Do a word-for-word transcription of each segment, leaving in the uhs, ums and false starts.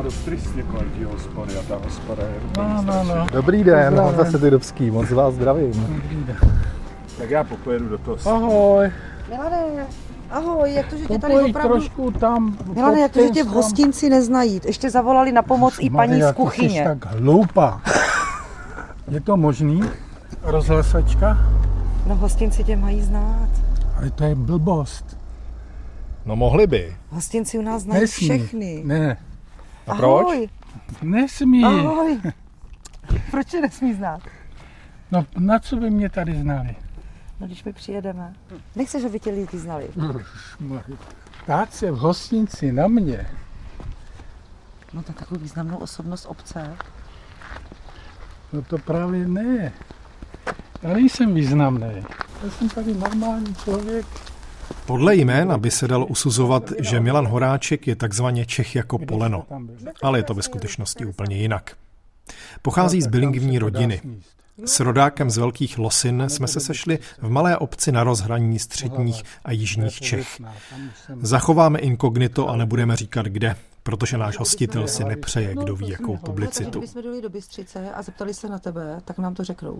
dost tristně kolem té hospody a ta hospoda je úplně no, no, no. Dobrý den, Honza Sedidovský, moc vás zdravím. Dobrý den. Tak já popojedu do toho. Ahoj. Milane, ahoj, jak to, že tě tady Popojí opravdu... trošku tam... Milane, jak to, že tě v hostinci neznají. Ještě zavolali na pomoc i paní z kuchyně. Ty jsi tak hloupá. Je to možný? Rozhlasačka? No v hostinci tě mají znát. Ale to je blbost. No mohli by. V hostinci u nás znají Nesmí. všechny. Ne. A proč? Ahoj. Nesmí. Ahoj. Proč tě nesmí znát? No na co by mě tady znali? No když my přijedeme. Nechceš, aby tě lidi znali. Ptát se v hostinci na mě. No to je takovou významnou osobnost obce. No to právě ne. Já nejsem významný. Já jsem tady normální člověk. Podle jména by se dalo usuzovat, že Milan Horáček je takzvaně Čech jako poleno. Ale je to ve skutečnosti úplně jinak. Pochází z bilingvní rodiny. S rodákem z Velkých Losin jsme se sešli v malé obci na rozhraní středních a jižních Čech. Zachováme inkognito a nebudeme říkat kde, protože náš hostitel si nepřeje, kdo ví jakou publicitu. Kdybychom dojeli do Bystřice a zeptali se na tebe, tak nám to řeknou.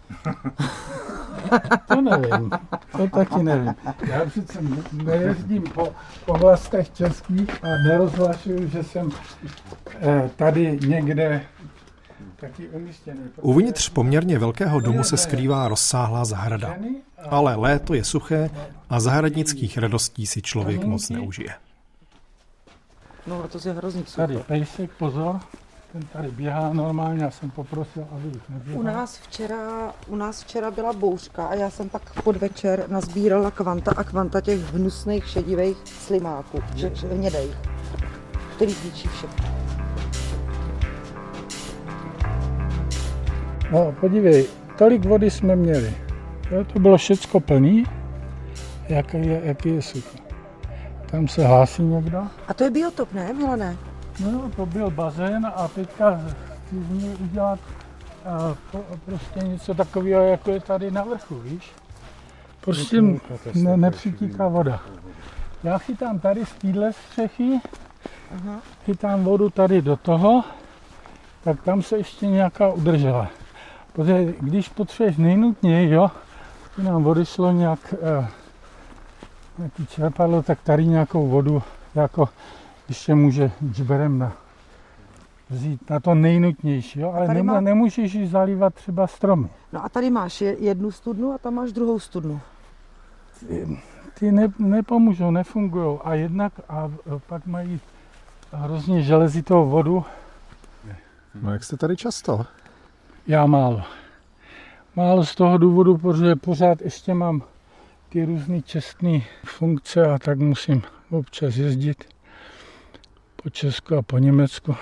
To nevím, to taky nevím. Já přece nejezdím po oblastech českých a nerozhlašuju, že jsem eh, tady někde taky umístěný. Uvnitř poměrně velkého domu se skrývá rozsáhlá zahrada. Ale léto je suché a zahradnických radostí si člověk moc neužije. No to je hrozný sucho. Tady pejsek, pozor. Ten tady běhá normálně, já jsem poprosil, aby už neběhal. U nás včera, u nás včera byla bouřka a já jsem pak podvečer nazbírala kvanta a kvanta těch hnusných šedivých slimáků, hnědejch, který ničí všechno. No podívej, tolik vody jsme měli. Jo, to bylo všecko plný, jaký je, jaký je sucho. Tam se hlásí někdo. A to je biotop, ne, Milane? No, to byl bazén a teďka chci z něj udělat a, po, prostě něco takového, jako je tady na vrchu, víš? Prostě ne, nepřitíká voda. Já chytám tady z téhle střechy, Aha. chytám vodu tady do toho, tak tam se ještě nějaká udržela. Protože když potřebuješ nejnutněji, jo, by nám odešlo nějak, eh, nějaký čerpadlo, tak tady nějakou vodu jako ještě může džberem na, vzít na to nejnutnější, jo? Ale nemů, má... nemůžeš ji zalívat třeba stromy. No a tady máš jednu studnu a tam máš druhou studnu. Ty, ty ne, nepomůžou, nefungujou a jednak a pak mají hrozně železitou vodu. No jak jste tady často? Já málo. Málo z toho důvodu, protože pořád ještě mám ty různé čestné funkce a tak musím občas jezdit po Česku a po Německu,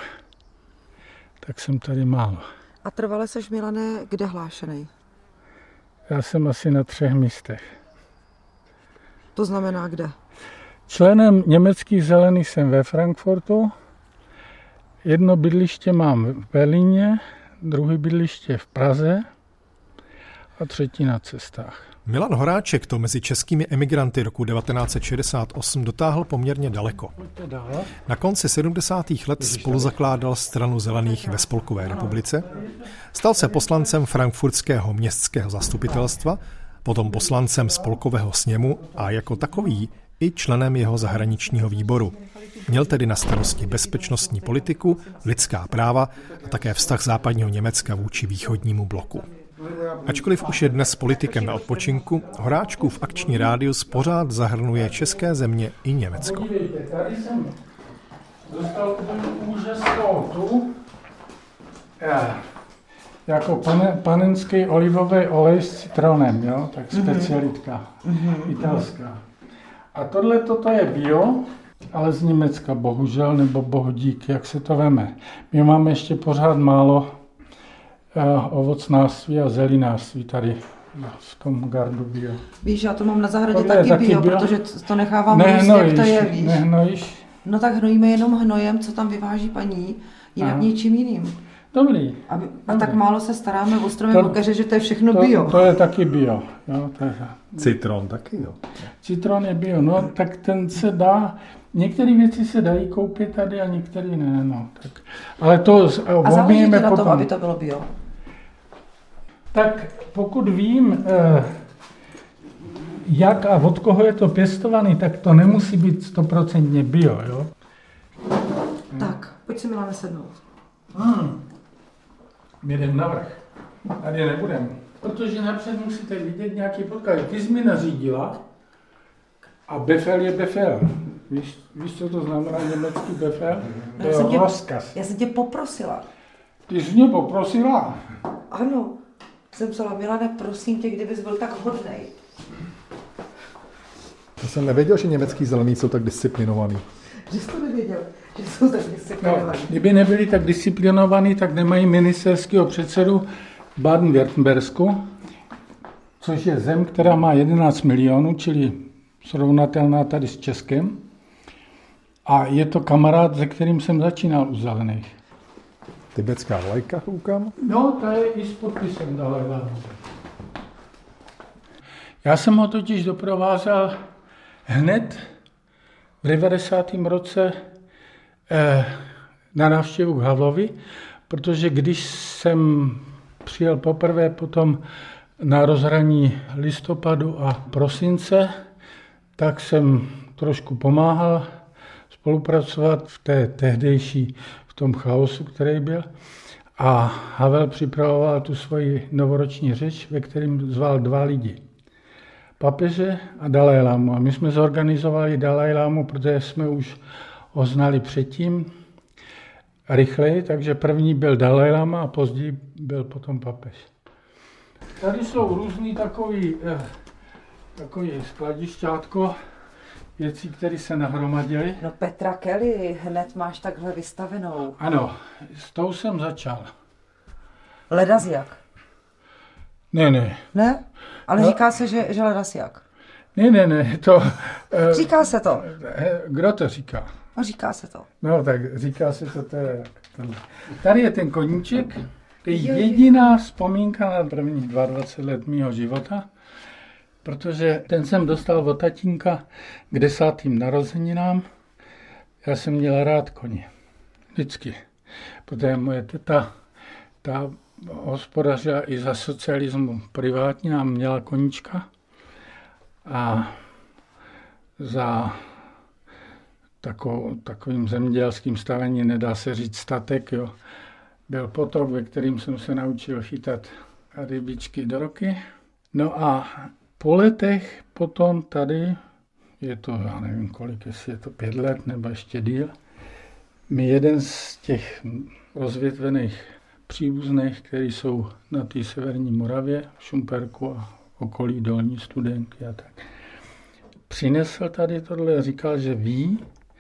tak jsem tady málo. A trvale seš, Milane, kde hlášenej? Já jsem asi na třech místech. To znamená kde? Členem německých zelených jsem ve Frankfurtu, jedno bydliště mám v Berlíně, druhé bydliště v Praze a třetí na cestách. Milan Horáček to mezi českými emigranty roku devatenáct set šedesát osm dotáhl poměrně daleko. Na konci sedmdesátých let spoluzakládal Stranu zelených ve Spolkové republice, stal se poslancem frankfurtského městského zastupitelstva, potom poslancem Spolkového sněmu a jako takový i členem jeho zahraničního výboru. Měl tedy na starosti bezpečnostní politiku, lidská práva a také vztah západního Německa vůči východnímu bloku. Ačkoliv už je dnes politikem na odpočinku, Horáčkův akční rádius pořád zahrnuje české země i Německo. Podívejte, tady jsem dostal úžasnou tu, já, jako pane, panenský olivový olej s citronem, jo, tak specialitka, mm-hmm. italská. A tohle toto je bio, ale z Německa, bohužel, nebo bohudík, jak se to veme. My máme ještě pořád málo uh, ovocnářství a zelinářství tady v tom gardu bio. Víš, já to mám na zahradě taky, taky bio, bio, protože to nechávám růst, jak to je, víš. Nehnojíš. No tak hnojíme jenom hnojem, co tam vyváží paní, jinak Aha. něčím jiným. Dobrý. A, a tak málo se staráme o stromé lukeře, že to je všechno to, bio. To je taky bio. Jo, to je... Citron taky, jo. Citron je bio, no tak ten se dá, některé věci se dají koupit tady a některé ne, no. Tak. Ale to a záleží na potom. tom, aby to bylo bio? Tak pokud vím, eh, jak a od koho je to pěstovaný, tak to nemusí být stoprocentně bio, jo? Tak, pojď si Milane sednout. Hmm. My jdem navrch. Tady nebudem. Protože napřed musíte vidět nějaký podklad. Ty jsi mi nařídila a befel je befel. Víš, víš, co to znamená německý befel? To je tě, rozkaz. Já jsem tě poprosila. Ty jsi mě poprosila? Ano. Jsem psala, Milane, prosím tě, kdybys byl tak hodnej. Já jsem nevěděl, že německý zelený jsou tak disciplinovaný. Že jsi to nevěděl, že jsou tak disciplinovaní. No, kdyby nebyli tak disciplinovaní, tak nemají ministerského předsedu v Baden-Württembersku, což je zem, která má jedenáct milionů, čili srovnatelná tady s Českem. A je to kamarád, se kterým jsem začínal u zelených. Tibetská vlajka, koukám. No, to je i s podpisem Dalaj Lámy. Já jsem ho totiž doprovázel hned v devadesátém roce eh, na návštěvu k Havlovi, protože když jsem přijel poprvé potom na rozhraní listopadu a prosince, tak jsem trošku pomáhal spolupracovat v té tehdejší, v tom chaosu, který byl. A Havel připravoval tu svoji novoroční řeč, ve kterým zval dva lidi. Papeže a Dalajlámu. A my jsme zorganizovali Dalajlámu, protože jsme už ho znali předtím rychleji, takže první byl Dalajlama a později byl potom papež. Tady jsou různý takový, eh, takový skladišťátko, věcí, které se nahromadily. No Petra Kelly, hned máš takhle vystavenou. Ano, s tou jsem začal. Ledasjak. Ne, ne. Ne? Ale no. Říká se, že, že ledasjak. Ne, ne, ne, to... Eh, Říká se to. Eh, kdo to říká? No říká se to. No tak říká se to, to je... Tohle. Tady je ten koníček, to je jediná vzpomínka na prvních dvacet dva let mýho života, protože ten jsem dostal od tatínka k desátým narozeninám. Já jsem měl rád koně. Vždycky. Protože moje teta, ta hospodařila i za socialismu privátně, nám měla koníčka. A za takovou, takovým zemědělským stavením, nedá se říct statek, jo. Byl potok, ve kterým jsem se naučil chytat rybičky do roky. No a po letech potom tady, je to, já nevím kolik, jestli je to pět let nebo ještě díl, mi jeden z těch rozvětvených příbuzných, který jsou na té severní Moravě, v Šumperku a okolí Dolní Studenky a tak, přinesl tady tohle a říkal, že ví,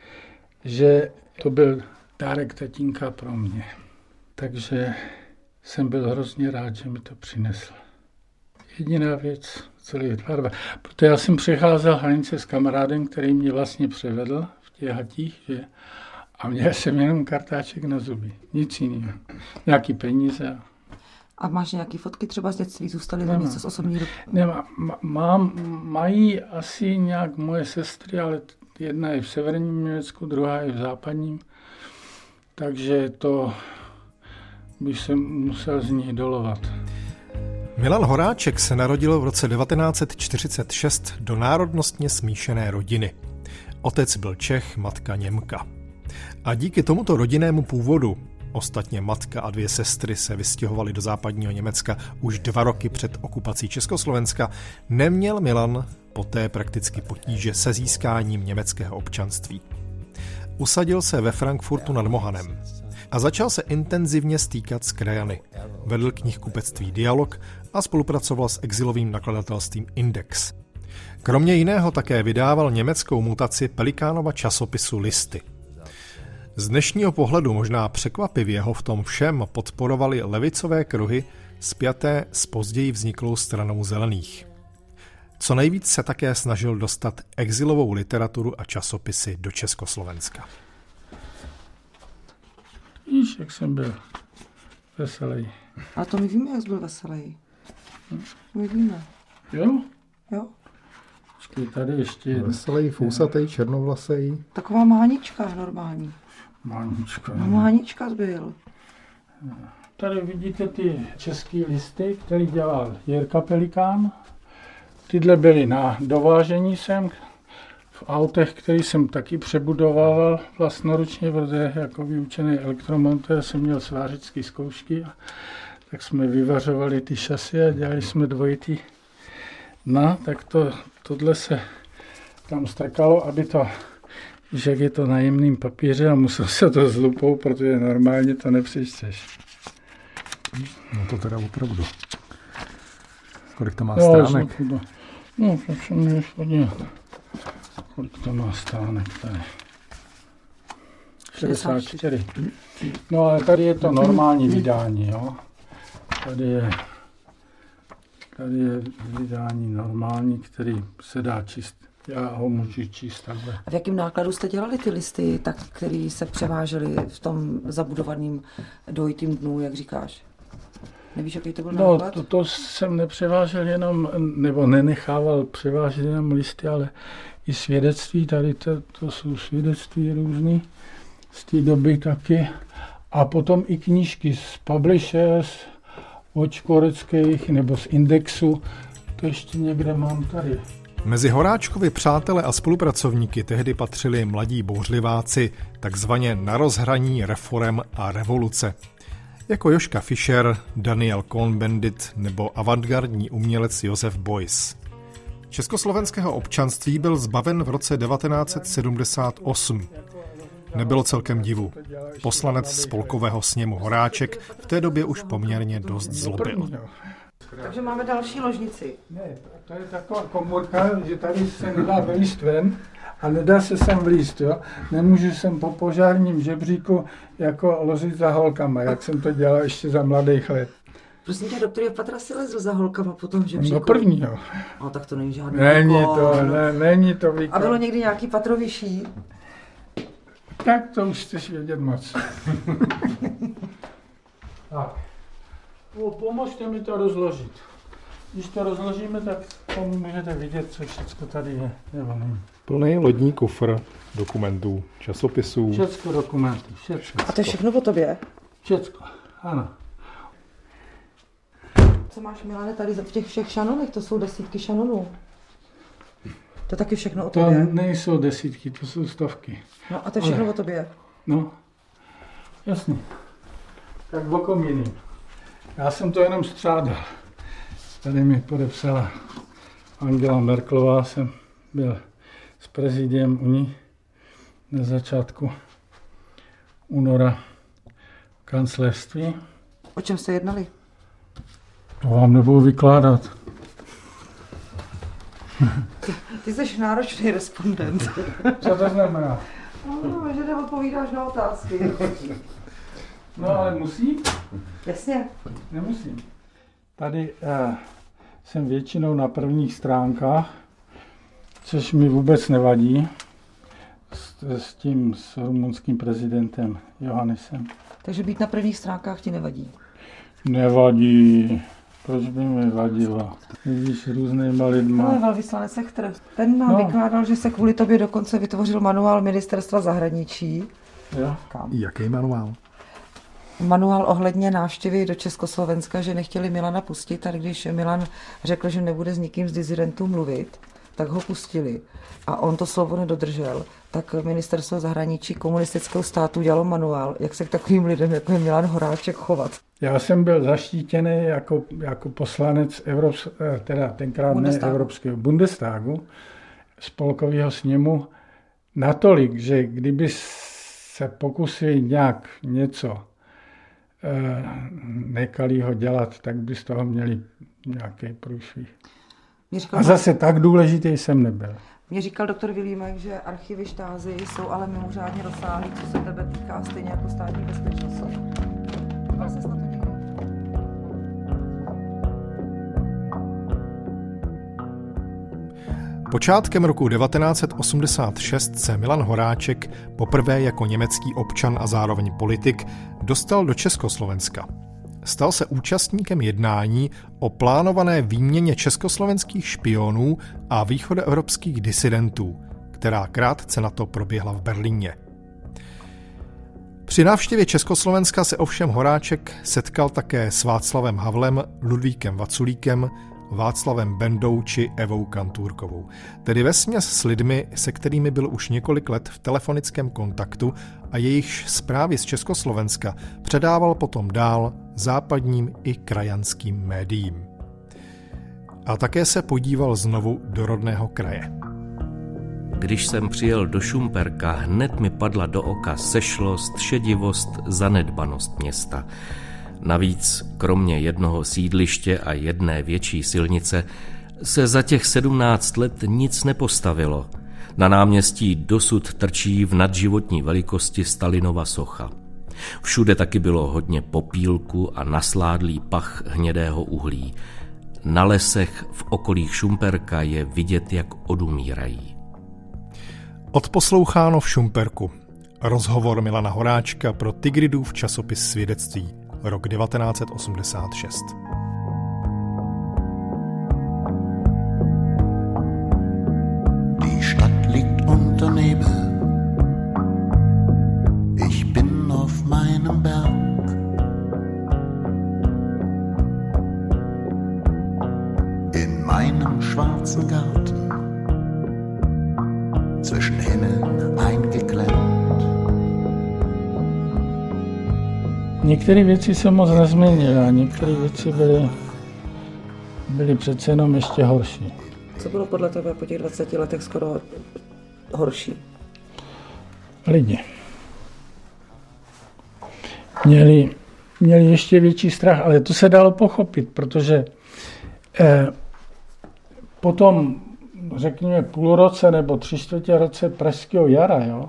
že to byl dárek tatínka pro mě. Takže jsem byl hrozně rád, že mi to přinesl. Jediná věc, celý dva. Protože já jsem přecházel hranice s kamarádem, který mě vlastně převedl v těch hatích, že a měl jsem jenom kartáček na zuby, nic jiného. Nějaký peníze. A máš nějaké fotky třeba z dětství, zůstaly tam něco z osobní doby? Nemám, mám, mají asi nějak moje sestry, ale jedna je v severním Německu, druhá je v západním, takže to bych se musel z ní dolovat. Milan Horáček se narodil v roce devatenáct set čtyřicet šest do národnostně smíšené rodiny. Otec byl Čech, matka Němka. A díky tomuto rodinnému původu, ostatně matka a dvě sestry se vystěhovaly do západního Německa už dva roky před okupací Československa, neměl Milan poté prakticky potíže se získáním německého občanství. Usadil se ve Frankfurtu nad Mohanem a začal se intenzivně stýkat s krajany. Vedl knihkupectví Dialog a spolupracoval s exilovým nakladatelstvím Index. Kromě jiného také vydával německou mutaci Pelikánova časopisu Listy. Z dnešního pohledu možná překvapivě ho v tom všem podporovali levicové kruhy spjaté s později vzniklou stranou zelených. Co nejvíc se také snažil dostat exilovou literaturu a časopisy do Československa. Víš, jak jsem byl veselý. A to my víme, jak jsi byl veselý. My víme. Jo? Jo. Tady ještě jedna. Veselý, fousatej, černovlasej. Taková mánička normální. Mánička. No, mánička byl. Tady vidíte ty české listy, který dělal Jirka Pelikán. Tyhle byly na dovážení sem v autech, který jsem taky přebudovával vlastnoručně, protože jako vyučený elektromontér jsem měl svářické zkoušky. Tak jsme vyvařovali ty šasy a dělali jsme dvojitý. No, tak to, tohle se tam strkalo, aby to, že je to na jemném papíře a musel se to s lupou, protože normálně to nepřečteš. No to teda opravdu. Kolik to má No, stránek? To, no, to se můžeš podívat. Kolik to má stránek tady? šedesát čtyři. No ale tady je to normální vydání, jo. Tady je, tady je vydání normální, který se dá číst. Já ho můžu číst takhle. A v jakém nákladu jste dělali ty listy, tak, které se převážely v tom zabudovaném dvojitým dnu, jak říkáš? Nevíš, jaký to byl No, náklad? to, to jsem nepřevážel jenom, nebo nenechával převážet jenom listy, ale i svědectví. Tady to, to jsou svědectví různý z té doby taky. A potom i knížky z Publishers, od Škoreckých nebo z Indexu. To ještě někde mám tady. Mezi Horáčkovi přátele a spolupracovníky tehdy patřili mladí bouřliváci, takzvaně na rozhraní reforem a revoluce. Jako Jožka Fischer, Daniel Cohn-Bendit nebo avantgardní umělec Josef Beuys. Československého občanství byl zbaven v roce devatenáct set sedmdesát osm. Nebylo celkem divu. Poslanec spolkového sněmu Horáček v té době už poměrně dost zlobil. Takže máme další ložnici. Ne, to je taková komórka, že tady se nedá vylíst ven a nedá se sem vlíst, jo. Nemůžu sem po požárním žebříku jako lozit za holkama, jak jsem to dělal ještě za mladých let. Prosím tě, doktor Patra si lezl za holkama potom v žebříku. No první, jo. No tak to není žádný Není výkon. to, ne, není to výkon. A bylo někdy nějaký patro vyšší? Tak to už chceš vědět moc. Tak. O, pomožte mi to rozložit. Když to rozložíme, tak můžete vidět, co všechno tady je. Nebo není. Plný lodní kufr dokumentů, časopisů. Všecko dokumenty, všecko. A to je všechno o tobě? Všecko, ano. Co máš, Milane, tady v těch všech šanonech? To jsou desítky šanonů. To je taky všechno o To tobě? nejsou desítky, to jsou stovky. No a to je všechno Ale- o tobě? No, jasně. Tak v okom jiným. Já jsem to jenom střádal. Tady mi podepsala Angela Merkelová, jsem byl s prezidiem u ní na začátku února v kancléřství. O čem jste jednali? To vám nebudu vykládat. Ty jsi náročný respondent. Co to znamená? No, že neodpovídáš na otázky. No ale musím? Jasně. Nemusím. Tady uh, jsem většinou na prvních stránkách, což mi vůbec nevadí, s, s tím s rumunským prezidentem Johannesem. Takže být na prvních stránkách ti nevadí? Nevadí. Proč by mi vadilo? Vidíš různýma lidma. Ale velvyslanec Sechtr, ten nám No. vykládal, že se kvůli tobě dokonce vytvořil manuál ministerstva zahraničí. Jo? Kam? Jaký manuál? Manuál ohledně návštěvy do Československa, že nechtěli Milana pustit, a když Milan řekl, že nebude s nikým z dizidentů mluvit, tak ho pustili. A on to slovo nedodržel. Tak ministerstvo zahraničí komunistického státu dělalo manuál, jak se k takovým lidem, jako je Milan Horáček, chovat. Já jsem byl zaštítěný jako, jako poslanec Evrops, teda tenkrát Bundestagu. ne Evropského Bundestagu, spolkového sněmu, natolik, že kdyby se pokusili nějak něco eh, nekalýho dělat, tak by z toho měli nějaký průšvih. Mě říkal, A zase tak důležitý jsem nebyl. mě říkal doktor Vilímek, že archivy štázy jsou ale mimořádně rozsáhlý, co se tebe týká, stejně jako státní bezpečnost. Díval ses na to někdo? Počátkem roku devatenáct set osmdesát šest se Milan Horáček poprvé jako německý občan a zároveň politik dostal do Československa. stal se účastníkem jednání o plánované výměně československých špionů a východoevropských disidentů, která krátce na to proběhla v Berlíně. Při návštěvě Československa se ovšem Horáček setkal také s Václavem Havlem, Ludvíkem Vaculíkem, Václavem Bendou či Evou Kantůrkovou. Tedy vesměs s lidmi, se kterými byl už několik let v telefonickém kontaktu a jejichž zprávy z Československa předával potom dál západním i krajanským médiím. A také se podíval znovu do rodného kraje. Když jsem přijel do Šumperka, hned mi padla do oka sešlost, šedivost, zanedbanost města. Navíc, kromě jednoho sídliště a jedné větší silnice, se za těch sedmnáct let nic nepostavilo. Na náměstí dosud trčí v nadživotní velikosti Stalinova socha. Všude taky bylo hodně popílku a nasládlý pach hnědého uhlí. Na lesech v okolích Šumperka je vidět, jak odumírají. Odposloucháno v Šumperku. Rozhovor Milana Horáčka pro Tigridův časopis Svědectví, rok devatenáct set osmdesát šest. Die Stadt liegt unter Nebel. Ich bin auf meinem Berg. In meinem schwarzen Garten. Zwischen Himmeln eingeklemmt. Některé věci se moc nezměnily a některé věci byly, byly přece jenom ještě horší. Co bylo podle tebe po těch dvaceti letech skoro horší? Lidi. Měli, měli ještě větší strach, ale to se dalo pochopit, protože eh, potom, řekněme, půl roce nebo tři čtvrtě roce Pražského jara, jo,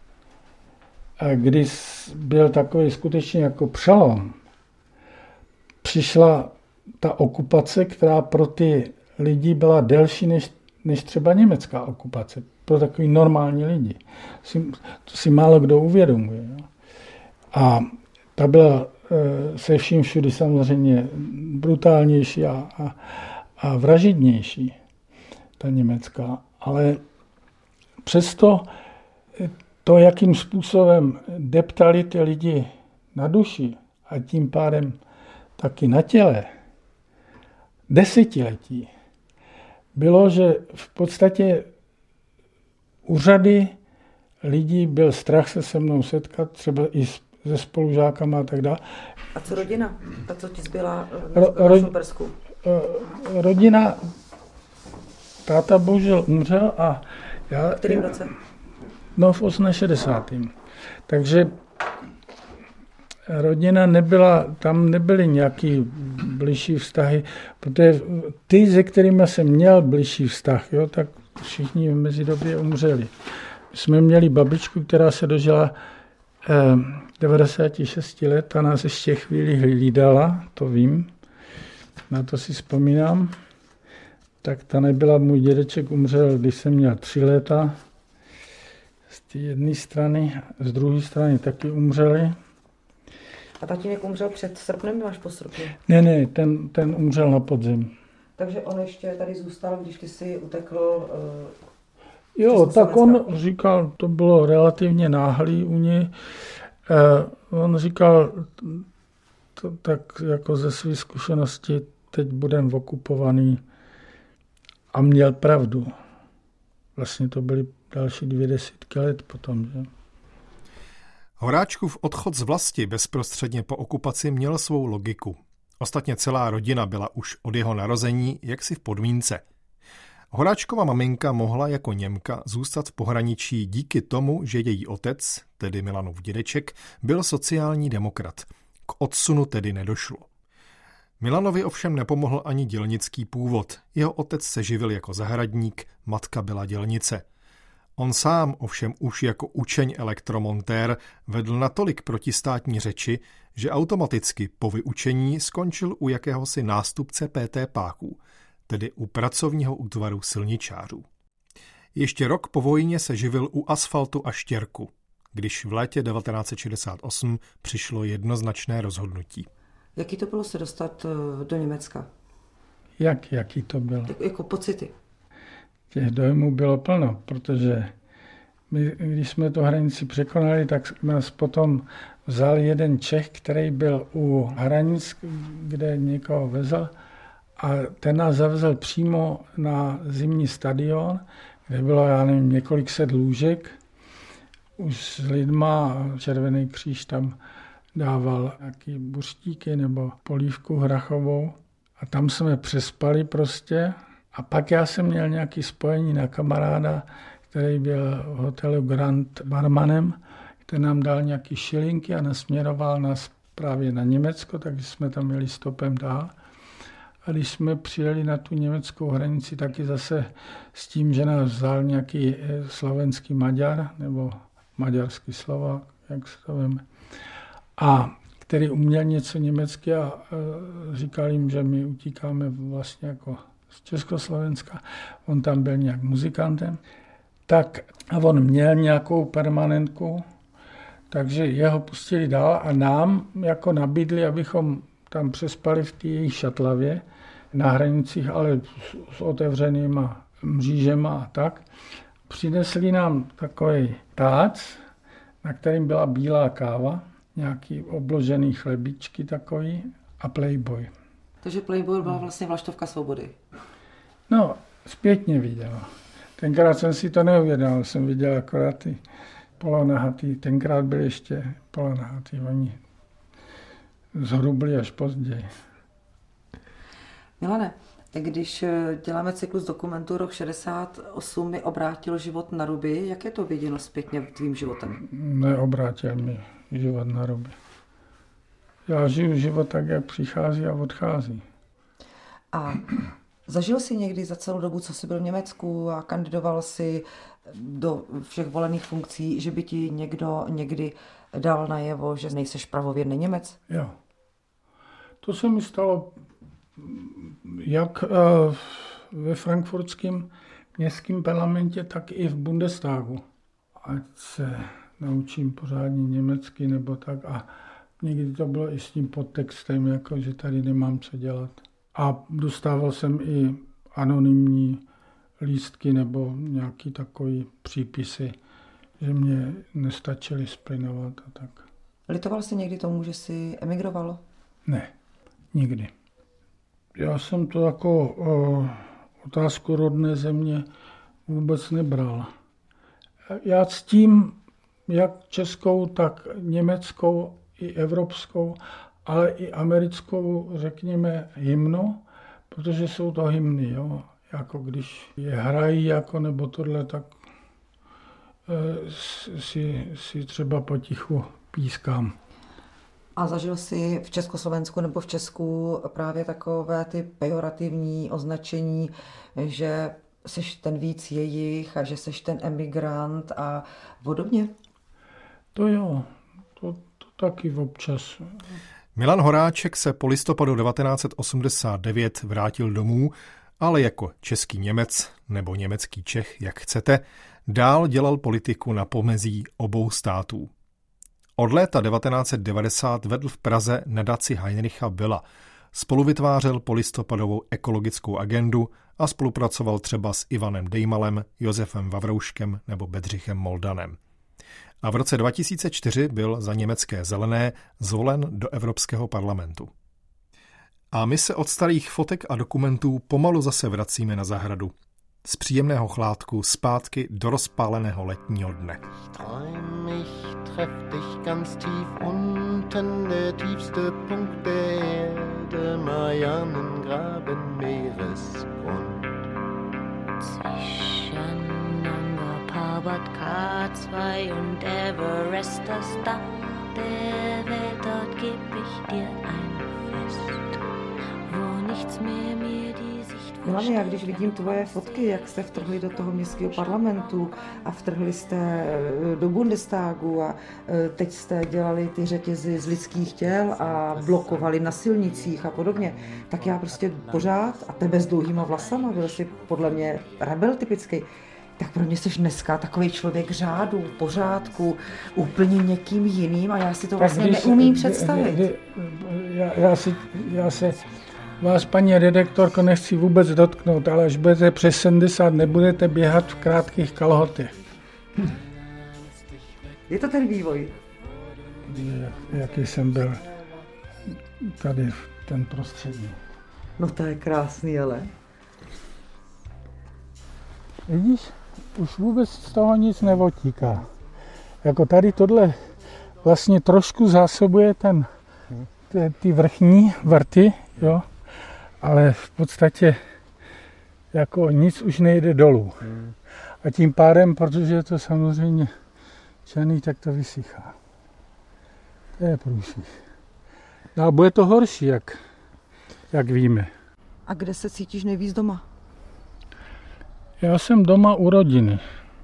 kdy byl takový skutečně jako přelom, přišla ta okupace, která pro ty lidi byla delší než, než třeba německá okupace, pro takový normální lidi. To si málo kdo uvědomuje. Jo. A ta byla se vším všudy samozřejmě brutálnější a, a, a vražednější, ta německá. Ale přesto to, jakým způsobem deptali ty lidi na duši a tím pádem taky na těle, desetiletí, bylo, že v podstatě u řady lidí byl strach se se mnou setkat, třeba i se spolužákama a tak dále. A co rodina? A co ti zbyla Ro, na Šumpersku? Rodina, táta bohužel umřel a já... V kterým roce? No v šedesátém osmém Takže rodina nebyla, tam nebyly nějaký bližší vztahy, protože ty, se kterými jsem měl bližší vztah, jo, tak všichni v mezidobě umřeli. My jsme měli babičku, která se dožila eh, devadesát šest let a nás ještě chvíli hlídala, to vím, na to si vzpomínám. Tak ta nebyla, můj dědeček umřel, když jsem měl tři léta. Z té jedné strany, z druhé strany taky umřeli. A tatínek umřel před srpnem, nebo až po srpnu? Ne, ne, ten, ten umřel na podzim. Takže on ještě tady zůstal, když ty jsi utekl uh, Jo, tak on říkal, to bylo relativně náhlý u něj. Uh, on říkal, to, tak jako ze své zkušenosti, teď budeme okupovaný. A měl pravdu. Vlastně to byly další dvě desítky let potom, že? Horáčkův odchod z vlasti bezprostředně po okupaci měl svou logiku. Ostatně celá rodina byla už od jeho narození jaksi v podmínce. Horáčkova maminka mohla jako Němka zůstat v pohraničí díky tomu, že její otec, tedy Milanův dědeček, byl sociální demokrat. K odsunu tedy nedošlo. Milanovi ovšem nepomohl ani dělnický původ. Jeho otec se živil jako zahradník, matka byla dělnice. On sám ovšem už jako učeň elektromontér vedl natolik protistátní řeči, že automaticky po vyučení skončil u jakéhosi nástupce P T Páků, tedy u pracovního útvaru silničářů. Ještě rok po vojně se živil u asfaltu a štěrku, když v létě devatenáct set šedesát osm přišlo jednoznačné rozhodnutí. Jaký to bylo se dostat do Německa? Jak, jaký to bylo? Jak, jako pocity? Těch dojmů bylo plno, protože my, když jsme tu hranici překonali, tak nás potom vzal jeden Čech, který byl u hranic, kde někoho vezl, a ten nás zavzel přímo na zimní stadion, kde bylo, já nevím, několik set lůžek, už s lidma, Červený kříž tam dával nějaký buřtíky nebo polívku hrachovou a tam jsme přespali prostě. A pak já jsem měl nějaké spojení na kamaráda, který byl v hotelu Grand barmanem, který nám dal nějaké šilinky a nasměroval nás právě na Německo, takže jsme tam měli stopem dál. A když jsme přijeli na tu německou hranici, taky zase s tím, že nás vzal nějaký slovenský Maďar, nebo maďarský Slovák, jak se to veme, a který uměl něco německy a říkal jim, že my utíkáme vlastně jako z Československa. On tam byl nějak muzikantem. Tak a on měl nějakou permanentku, takže jeho pustili dál a nám jako nabídli, abychom tam přespali v té jejich šatlavě na hranicích, ale s, s otevřenýma mřížema a tak. Přinesli nám takový tác, na kterým byla bílá káva, nějaký obložený chlebičky takový a Playboy. Takže Playboy byla vlastně vlaštovka svobody. No, zpětně viděl. Tenkrát jsem si to neuvědomil, jsem viděl akorát ty polonahatý, tenkrát byl ještě polonahatý, oni zhrubli až později. Milane, když děláme cyklus dokumentů rok šedesát osm mi obrátil život na ruby, jak je to viděno zpětně tvým životem? Neobrátil mi život na ruby. Já žiju život tak, jak přichází a odchází. A zažil jsi někdy za celou dobu, co jsi byl v Německu a kandidoval si do všech volených funkcí, že by ti někdo někdy dal najevo, že nejseš pravověrný Němec? Jo. To se mi stalo jak ve frankfurtském městském parlamentě, tak i v Bundestagu. Ať se naučím pořádně německy nebo tak. A někdy to bylo i s tím podtextem, jako že tady nemám co dělat. A dostával jsem i anonymní lístky nebo nějaký takový přípisy, že mě nestačily splynovat a tak. Litoval jsi někdy tomu, že jsi emigroval? Ne, nikdy. Já jsem to jako o, otázku rodné země vůbec nebral. Já ctím jak českou, tak německou i evropskou, ale i americkou, řekněme, hymnu, protože jsou to hymny, jo. Jako když je hrají, jako nebo tohle, tak e, si, si třeba potichu pískám. A zažil jsi v Československu nebo v Česku právě takové ty pejorativní označení, že seš ten víc jejich a že seš ten emigrant a podobně? To jo, to, to taky občas. Milan Horáček se po listopadu devatenáct set osmdesát devět vrátil domů, ale jako český Němec nebo německý Čech, jak chcete, dál dělal politiku na pomezí obou států. Od léta devatenáct set devadesát vedl v Praze nadaci Heinricha Bölla, spoluvytvářel polistopadovou ekologickou agendu a spolupracoval třeba s Ivanem Dejmalem, Josefem Vavrouškem nebo Bedřichem Moldanem. A v roce dva tisíce čtyři byl za německé Zelené zvolen do Evropského parlamentu. A my se od starých fotek a dokumentů pomalu zase vracíme na zahradu. Z příjemného chládku zpátky do rozpáleného letního dne. Treff dich ganz tief unten, der tiefste Punkt der Erde, Marianengraben, Meeresgrund. Zwischen Nanga Parbat, K zwei und Everest, das Dach der Welt, dort geb ich dir ein Fest, wo nichts mehr mir die Sicht Milane, já když vidím tvoje fotky, jak jste vtrhli do toho městského parlamentu a vtrhli jste do Bundestagu a teď jste dělali ty řetězy z lidských těl a blokovali na silnicích a podobně, tak já prostě pořád, a tebe s dlouhýma vlasama, byl jsi podle mě rebel typický, tak pro mě jsi dneska takový člověk řádu, pořádku, úplně někým jiným a já si to vlastně když, neumím kdy, představit. Kdy, kdy, já, já, si, já se vás, paní redaktorko, nechci vůbec dotknout, ale až budete přes sedmdesát, nebudete běhat v krátkých kalhotech. Je to ten vývoj? Jaký jsem byl tady v ten prostředí. No to je krásný, ale. Vidíš, už vůbec z toho nic neotíká. Jako tady tohle vlastně trošku zásobuje ten, ty, ty vrchní vrty, jo, ale v podstatě jako nic už nejde dolů. A tím pádem, protože je to samozřejmě černý, tak to vysychá. To je průšvih. No a bude to horší, jak, jak víme. A kde se cítíš nejvíc doma? Já jsem doma u rodiny.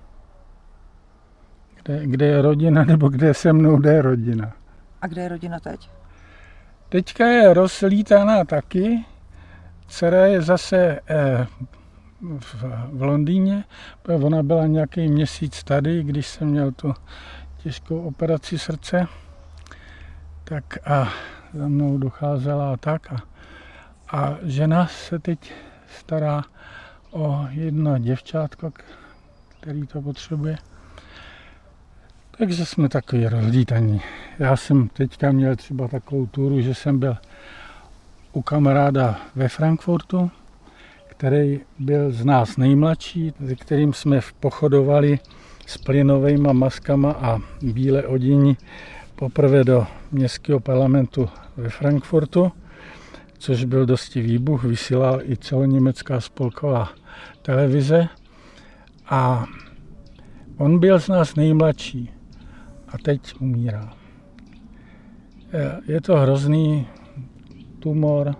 Kde, kde je rodina, nebo kde se mnou jde rodina. A kde je rodina teď? Teďka je rozlítaná taky. Dcera je zase eh, v, v Londýně. Ona byla nějaký měsíc tady, když jsem měl tu těžkou operaci srdce. Tak a za mnou docházela a tak. A, a žena se teď stará o jedno děvčátko, který to potřebuje. Takže jsme takový rozlítaní. Já jsem teďka měl třeba takovou túru, že jsem byl u kamaráda ve Frankfurtu, který byl z nás nejmladší, se kterým jsme pochodovali s plynovými maskama a bílé odění poprvé do městského parlamentu ve Frankfurtu, což byl dosti výbuch, vysílal i celoněmecká spolková televize. A on byl z nás nejmladší a teď umírá. Je to hrozný tumor.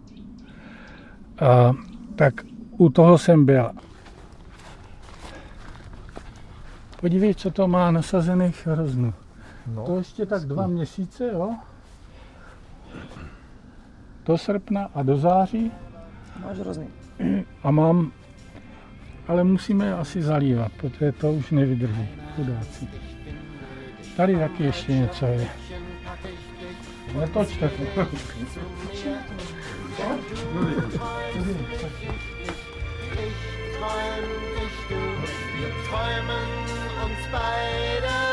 A tak u toho jsem byl. Podívej, co to má nasazených hroznů. No. To ještě tak dva měsíce, jo? Do srpna a do září. Máš hrozný. A mám, ale musíme je asi zalívat, protože to už nevydrží, chudáci. Tady taky ještě něco je. Netoč tak. Wir träumen uns beide